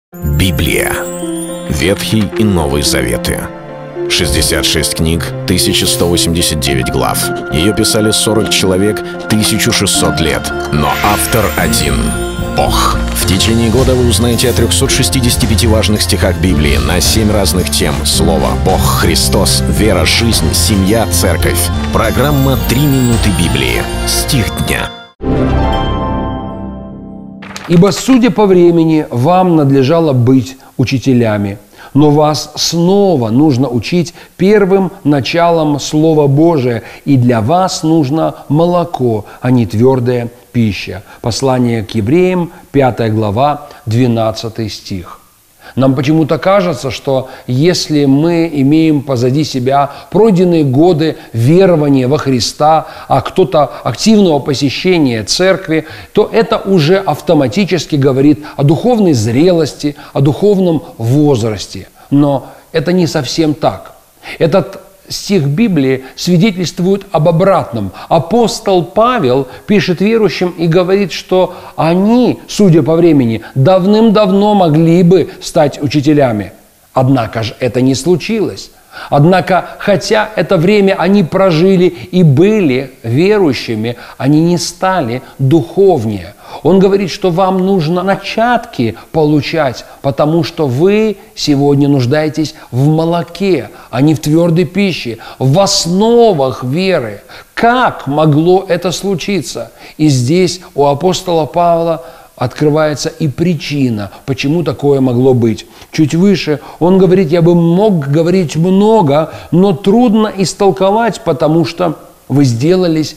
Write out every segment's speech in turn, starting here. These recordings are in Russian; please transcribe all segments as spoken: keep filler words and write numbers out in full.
Библия. Ветхий и Новый Заветы. шестьдесят шесть книг, тысяча сто восемьдесят девять глав. Ее писали сорок человек, тысяча шестьсот лет. Но автор один — Бог. В течение года вы узнаете о трёхстах шестидесяти пяти важных стихах Библии на семь разных тем: Слово, Бог, Христос, вера, жизнь, семья, церковь. Программа «Три минуты Библии». Стих дня. «Ибо, судя по времени, вам надлежало быть учителями, но вас снова нужно учить первым началом Слова Божия, и для вас нужно молоко, а не твердая пища». Послание к евреям, пятая глава, двенадцатый стих. Нам почему-то кажется, что если мы имеем позади себя пройденные годы верования во Христа, а кто-то активного посещения церкви, то это уже автоматически говорит о духовной зрелости, о духовном возрасте. Но это не совсем так. Этот стих Библии свидетельствует об обратном. Апостол Павел пишет верующим и говорит, что они, судя по времени, давным-давно могли бы стать учителями. Однако же это не случилось. Однако, хотя это время они прожили и были верующими, они не стали духовнее. Он говорит, что вам нужно начатки получать, потому что вы сегодня нуждаетесь в молоке, а не в твердой пище, в основах веры. Как могло это случиться? И здесь у апостола Павла открывается и причина, почему такое могло быть. Чуть выше он говорит: я бы мог говорить много, но трудно истолковать, потому что вы сделались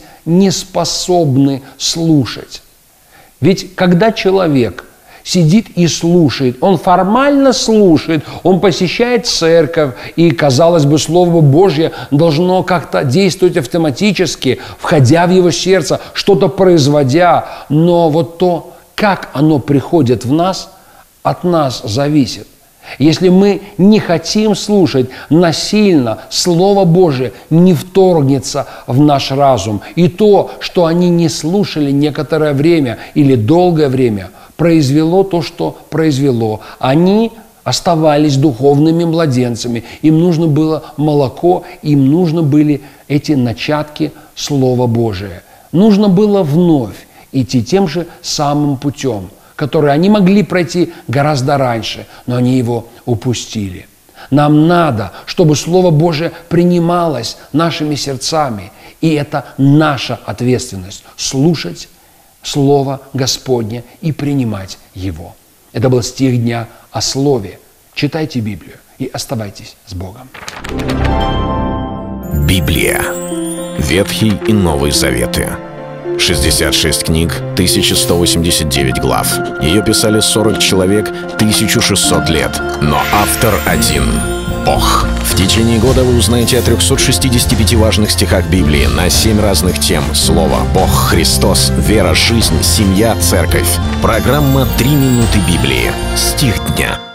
неспособны слушать. Ведь когда человек сидит и слушает, он формально слушает, он посещает церковь, и, казалось бы, Слово Божье должно как-то действовать автоматически, входя в его сердце, что-то производя, но вот то, как оно приходит в нас, от нас зависит. Если мы не хотим слушать, насильно Слово Божие не вторгнется в наш разум. И то, что они не слушали некоторое время или долгое время, произвело то, что произвело. Они оставались духовными младенцами. Им нужно было молоко, им нужны были эти начатки Слова Божия. Нужно было вновь идти тем же самым путем, который они могли пройти гораздо раньше, но они его упустили. Нам надо, чтобы Слово Божие принималось нашими сердцами, и это наша ответственность – слушать Слово Господне и принимать его. Это был стих дня о Слове. Читайте Библию и оставайтесь с Богом. Библия. Ветхий и Новый Заветы. шестьдесят шесть книг, тысяча сто восемьдесят девять глав. Ее писали сорок человек, тысяча шестьсот лет. Но автор один — Бог. В течение года вы узнаете о трёхстах шестидесяти пяти важных стихах Библии на семь разных тем: Слово, Бог, Христос, вера, жизнь, семья, церковь. Программа «Три минуты Библии». Стих дня.